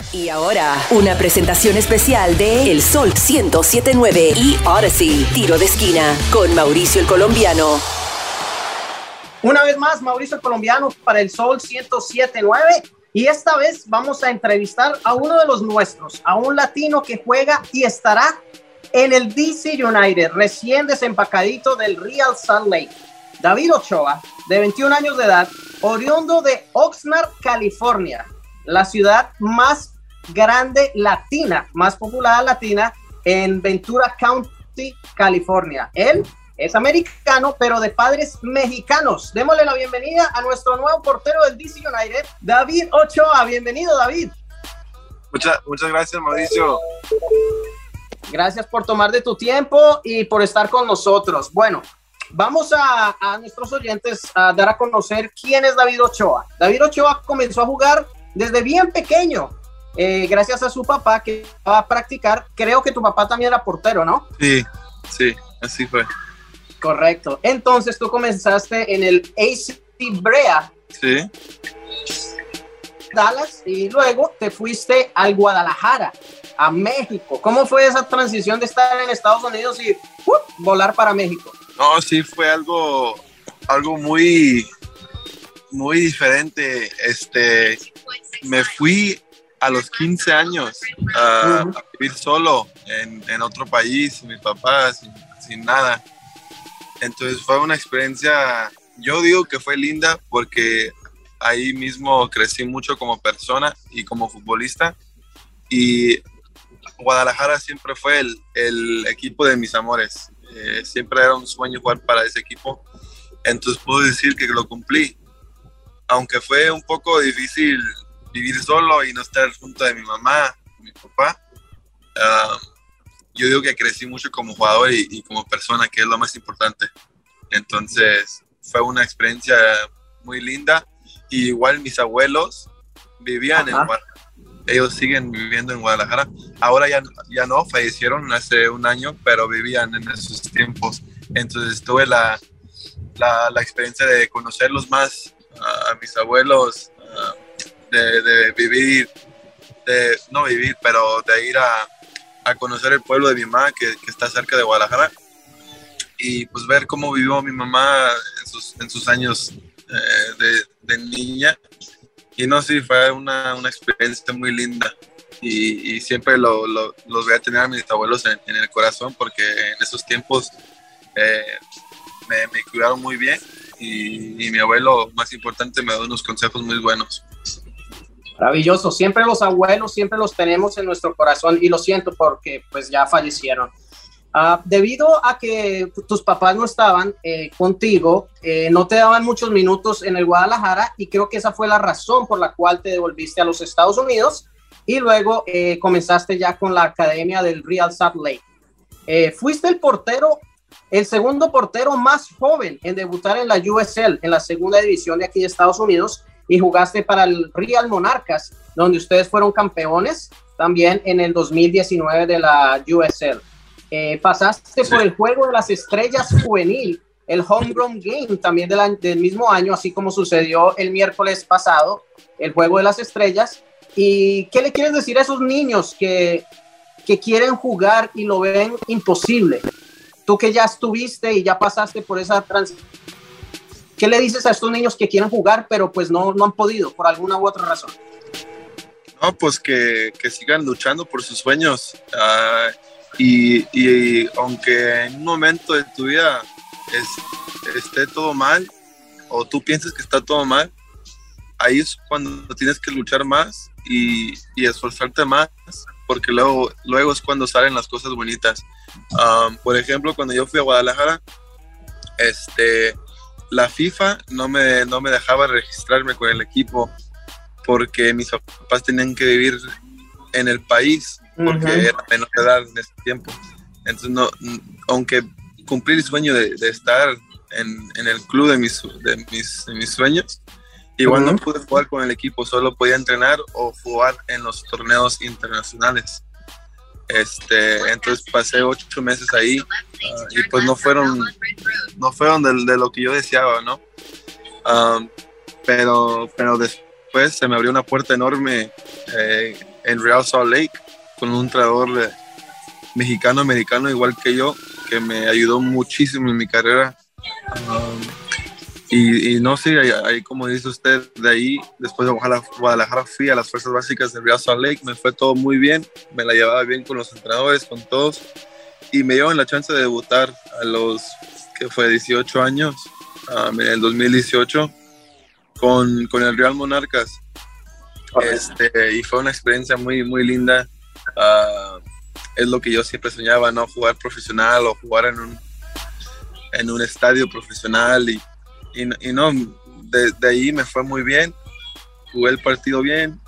Y ahora, una presentación especial de El Sol 107.9 y Odyssey, Tiro de Esquina, con Mauricio el Colombiano. Una vez más, Mauricio el Colombiano para El Sol 107.9. Y esta vez vamos a entrevistar a uno de los nuestros, a un latino que juega y estará en el DC United, recién desempacadito del Real Salt Lake. David Ochoa, de 21 años de edad, oriundo de Oxnard, California, la ciudad más grande latina, más poblada latina en Ventura County, California. Él es americano, pero de padres mexicanos. Démosle la bienvenida a nuestro nuevo portero del DC United, David Ochoa. Bienvenido, David. Muchas gracias, Mauricio. Gracias por tomar de tu tiempo y por estar con nosotros. Bueno, vamos a nuestros oyentes a dar a conocer quién es David Ochoa. David Ochoa comenzó a jugar desde bien pequeño, gracias a su papá que va a practicar. Creo que tu papá también era portero, ¿no? Sí, así fue. Correcto. Entonces tú comenzaste en el AC Brea, sí, Dallas, y luego te fuiste al Guadalajara, a México. ¿Cómo fue esa transición de estar en Estados Unidos y volar para México? No, sí, fue algo muy diferente. Me fui a los 15 años a vivir solo en otro país, sin mis papás, sin nada. Entonces fue una experiencia, yo digo que fue linda porque ahí mismo crecí mucho como persona y como futbolista, y Guadalajara siempre fue el equipo de mis amores. Siempre era un sueño jugar para ese equipo, entonces puedo decir que lo cumplí. Aunque fue un poco difícil vivir solo y no estar junto de mi mamá, mi papá, yo digo que crecí mucho como jugador y como persona, que es lo más importante. Entonces fue una experiencia muy linda. Y igual mis abuelos vivían en Guadalajara. Ellos siguen viviendo en Guadalajara. Ahora ya no, fallecieron hace un año, pero vivían en esos tiempos. Entonces tuve la experiencia de conocerlos más, a mis abuelos, de vivir, no vivir, pero de ir a conocer el pueblo de mi mamá, que está cerca de Guadalajara, y pues ver cómo vivió mi mamá en sus años de niña. Y no, sí, fue una experiencia muy linda, y siempre los voy a tener a mis abuelos en el corazón, porque en esos tiempos me cuidaron muy bien, y mi abuelo, más importante, me dio unos consejos muy buenos. Maravilloso, siempre los abuelos, siempre los tenemos en nuestro corazón, y lo siento porque pues ya fallecieron. Debido a que tus papás no estaban contigo, no te daban muchos minutos en el Guadalajara, y creo que esa fue la razón por la cual te devolviste a los Estados Unidos y luego comenzaste ya con la academia del Real Salt Lake. Fuiste el segundo portero más joven en debutar en la USL, en la segunda división de aquí de Estados Unidos, y jugaste para el Real Monarcas, donde ustedes fueron campeones también en el 2019 de la USL. Pasaste por el Juego de las Estrellas Juvenil, el Homegrown Game también del mismo año, así como sucedió el miércoles pasado, el Juego de las Estrellas. ¿Y qué le quieres decir a esos niños que quieren jugar y lo ven imposible? Tú que ya estuviste y ya pasaste por esa transición, ¿qué le dices a estos niños que quieren jugar pero pues no han podido por alguna u otra razón? No, pues que sigan luchando por sus sueños. Y aunque en un momento de tu vida esté todo mal, o tú pienses que está todo mal, ahí es cuando tienes que luchar más y esforzarte más, porque luego es cuando salen las cosas bonitas. Por ejemplo, cuando yo fui a Guadalajara, la FIFA no me dejaba registrarme con el equipo, porque mis papás tenían que vivir en el país, porque era menor de edad en ese tiempo. Entonces, aunque cumplí el sueño de estar en el club de mis sueños, igual no pude jugar con el equipo, solo podía entrenar o jugar en los torneos internacionales. Entonces pasé 8 meses ahí, y pues no fueron de lo que yo deseaba, ¿no? Pero después se me abrió una puerta enorme en Real Salt Lake con un entrenador mexicano-americano igual que yo, que me ayudó muchísimo en mi carrera. Y no sé, ahí como dice usted, de ahí, después de Guadalajara fui a las fuerzas básicas de Real Salt Lake, me fue todo muy bien, me la llevaba bien con los entrenadores, con todos, y me dieron la chance de debutar a los, que fue 18 años, en el 2018, con el Real Monarcas. Y fue una experiencia muy, muy linda. Es lo que yo siempre soñaba, ¿no? Jugar profesional o jugar en un estadio profesional y no, de ahí me fue muy bien, jugué el partido bien,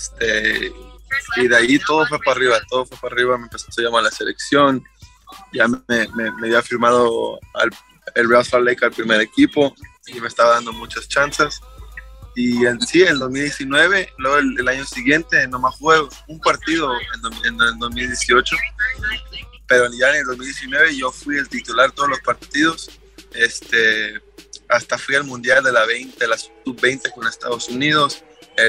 y de ahí todo fue para arriba, me empezó a llamar a la selección, ya me había firmado el Real Salt Lake al primer equipo y me estaba dando muchas chances. Y en 2019, luego el año siguiente, nomás jugué un partido en el 2018, pero ya en el 2019 yo fui el titular todos los partidos, hasta fui al Mundial de la Sub-20 con Estados Unidos,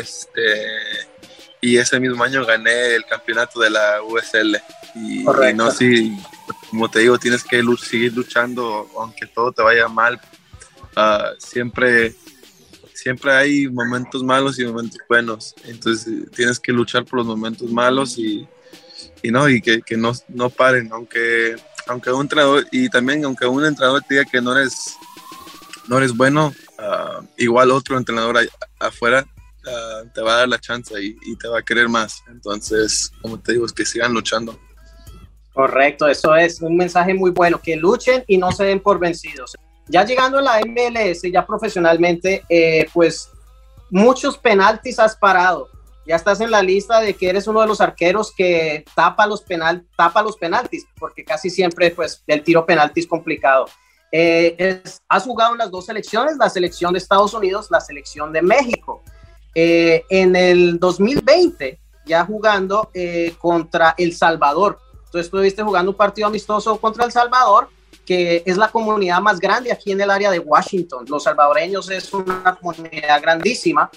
y ese mismo año gané el campeonato de la USL. Y no, sí, como te digo, tienes que seguir luchando, aunque todo te vaya mal. Siempre hay momentos malos y momentos buenos, entonces tienes que luchar por los momentos malos y que no paren, aunque un entrenador, y también aunque un entrenador te diga que no eres bueno, igual otro entrenador afuera te va a dar la chance y te va a querer más. Entonces, como te digo, es que sigan luchando. Correcto, eso es un mensaje muy bueno, que luchen y no se den por vencidos. Ya llegando a la MLS, ya profesionalmente, pues muchos penaltis has parado. Ya estás en la lista de que eres uno de los arqueros que tapa los penaltis, porque casi siempre pues el tiro penalti es complicado. Has jugado en las dos selecciones, la selección de Estados Unidos, la selección de México. En el 2020, ya jugando contra El Salvador. Entonces estuviste jugando un partido amistoso contra El Salvador, que es la comunidad más grande aquí en el área de Washington. Los salvadoreños es una comunidad grandísima.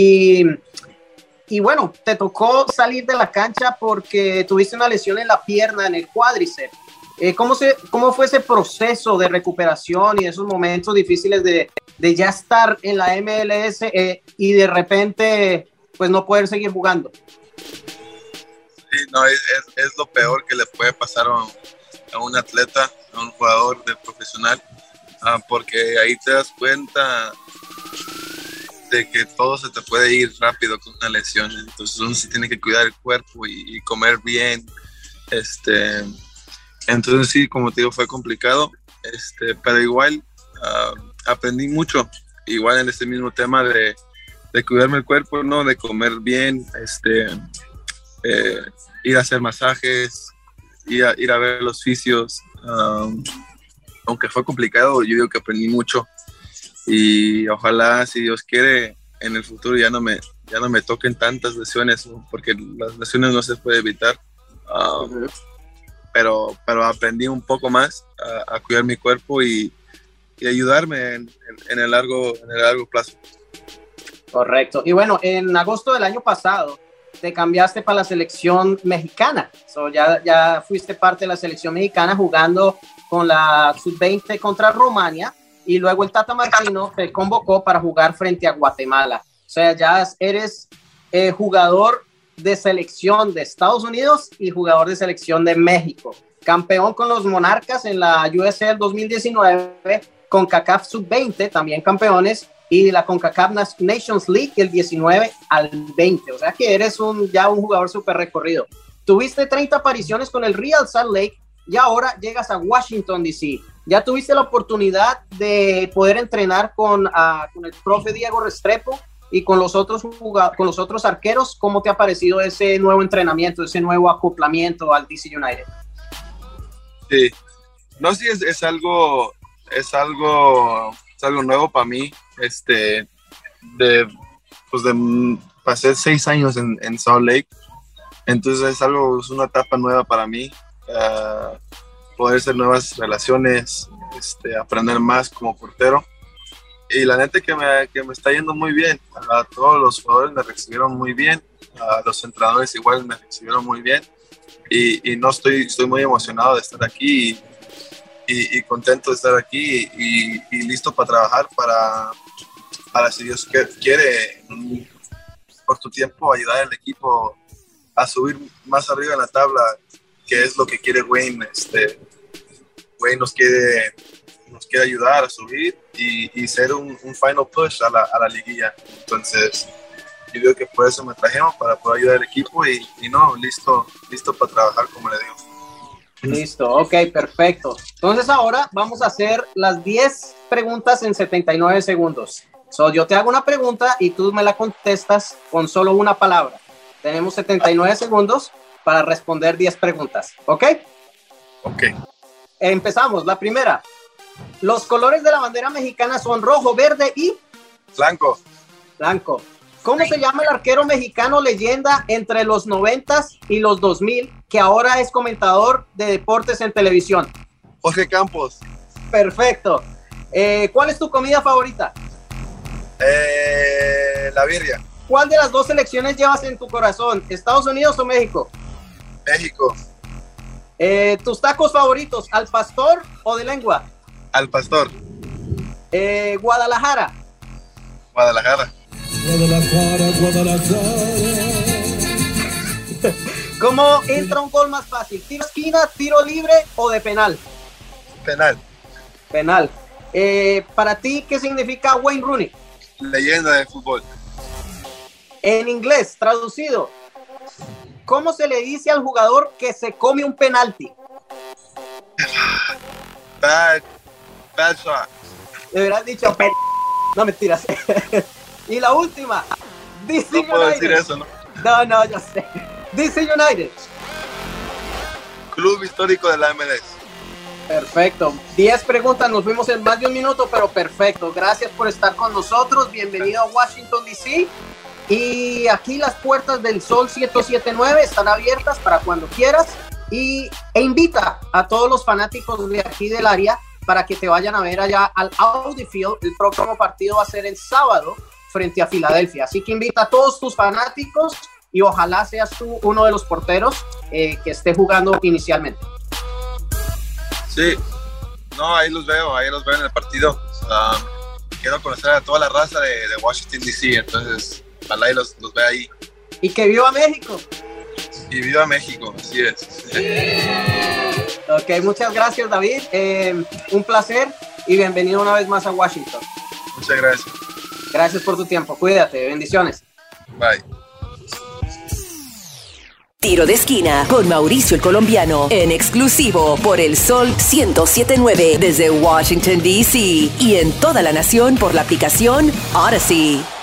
Y bueno, te tocó salir de la cancha porque tuviste una lesión en la pierna, en el cuádriceps. ¿Cómo fue ese proceso de recuperación y esos momentos difíciles de ya estar en la MLS y de repente pues no poder seguir jugando? Sí, no, es lo peor que le puede pasar a un atleta, a un jugador profesional, porque ahí te das cuenta de que todo se te puede ir rápido con una lesión. Entonces uno sí tiene que cuidar el cuerpo y comer bien. Entonces sí, como te digo, fue complicado, pero igual aprendí mucho, igual en este mismo tema de cuidarme el cuerpo, ¿no? De comer bien, ir a hacer masajes, ir a ver los fisios. Aunque fue complicado, yo digo que aprendí mucho y ojalá, si Dios quiere, en el futuro ya no me toquen tantas lesiones, porque las lesiones no se puede evitar. Pero aprendí un poco más a cuidar mi cuerpo y ayudarme en el largo plazo. Correcto. Y bueno, en agosto del año pasado te cambiaste para la selección mexicana. Ya fuiste parte de la selección mexicana jugando con la Sub-20 contra Rumania, y luego el Tata Martino te convocó para jugar frente a Guatemala. O sea, ya eres jugador de selección de Estados Unidos y jugador de selección de México. Campeón con los Monarcas en la USL 2019, CONCACAF Sub-20, también campeones, y la CONCACAF Nations League el 19 al 20. O sea que eres ya un jugador súper recorrido. Tuviste 30 apariciones con el Real Salt Lake y ahora llegas a Washington, D.C. Ya tuviste la oportunidad de poder entrenar con el profe Diego Restrepo y con los otros arqueros. ¿Cómo te ha parecido ese nuevo entrenamiento, ese nuevo acoplamiento al DC United? Sí, no, sí, es algo nuevo para mí. Pasé 6 años en Salt Lake, entonces es una etapa nueva para mí. Poder hacer nuevas relaciones, aprender más como portero. Y la neta que me está yendo muy bien. Todos los jugadores me recibieron muy bien. Los entrenadores igual me recibieron muy bien y no estoy muy emocionado de estar aquí y contento de estar aquí y listo para trabajar para si Dios quiere, en corto tiempo, ayudar al equipo a subir más arriba en la tabla, que es lo que quiere Wayne. Wayne nos quiere ayudar a subir y ser un final push a la liguilla. Entonces, yo digo que por eso me trajeron, para poder ayudar al equipo y listo para trabajar, como le digo. Listo, ok, perfecto. Entonces ahora vamos a hacer las 10 preguntas en 79 segundos. Yo te hago una pregunta y tú me la contestas con solo una palabra. Tenemos 79 segundos para responder 10 preguntas, ¿ok? Ok. Empezamos, la primera. Los colores de la bandera mexicana son rojo, verde y... Blanco. Blanco. ¿Cómo se llama el arquero mexicano leyenda entre los 90s y los 2000 que ahora es comentador de deportes en televisión? Jorge Campos. Perfecto. ¿Cuál es tu comida favorita? La birria. ¿Cuál de las dos selecciones llevas en tu corazón? ¿Estados Unidos o México? México. ¿Tus tacos favoritos, al pastor o de lengua? Al pastor. Guadalajara. Guadalajara. ¿Cómo entra un gol más fácil? ¿Tiro esquina, tiro libre o de penal? Penal. Penal. Para ti, ¿qué significa Wayne Rooney? Leyenda de fútbol. En inglés, traducido, ¿cómo se le dice al jugador que se come un penalti? Bad shot. Le hubieras dicho no, mentiras. Y la última, DC No puedo United. decir eso, ¿no? No, yo sé. DC United. Club histórico de la MLS. Perfecto. 10 preguntas, nos fuimos en más de un minuto, pero perfecto. Gracias por estar con nosotros. Bienvenido a Washington, D.C. Y aquí las puertas del Sol 107.9 están abiertas para cuando quieras. E invita a todos los fanáticos de aquí del área para que te vayan a ver allá al Audi Field. El próximo partido va a ser el sábado frente a Filadelfia. Así que invita a todos tus fanáticos y ojalá seas tú uno de los porteros que esté jugando inicialmente. Sí, no, ahí los veo en el partido. Quiero conocer a toda la raza de Washington, D.C., entonces ojalá y los vea ahí. Y que viva México. Y viva México, así es. Ok, muchas gracias, David. Un placer y bienvenido una vez más a Washington. Muchas gracias. Gracias por tu tiempo. Cuídate. Bendiciones. Bye. Tiro de esquina con Mauricio el Colombiano en exclusivo por el Sol 107.9 desde Washington, D.C. y en toda la nación por la aplicación Odyssey.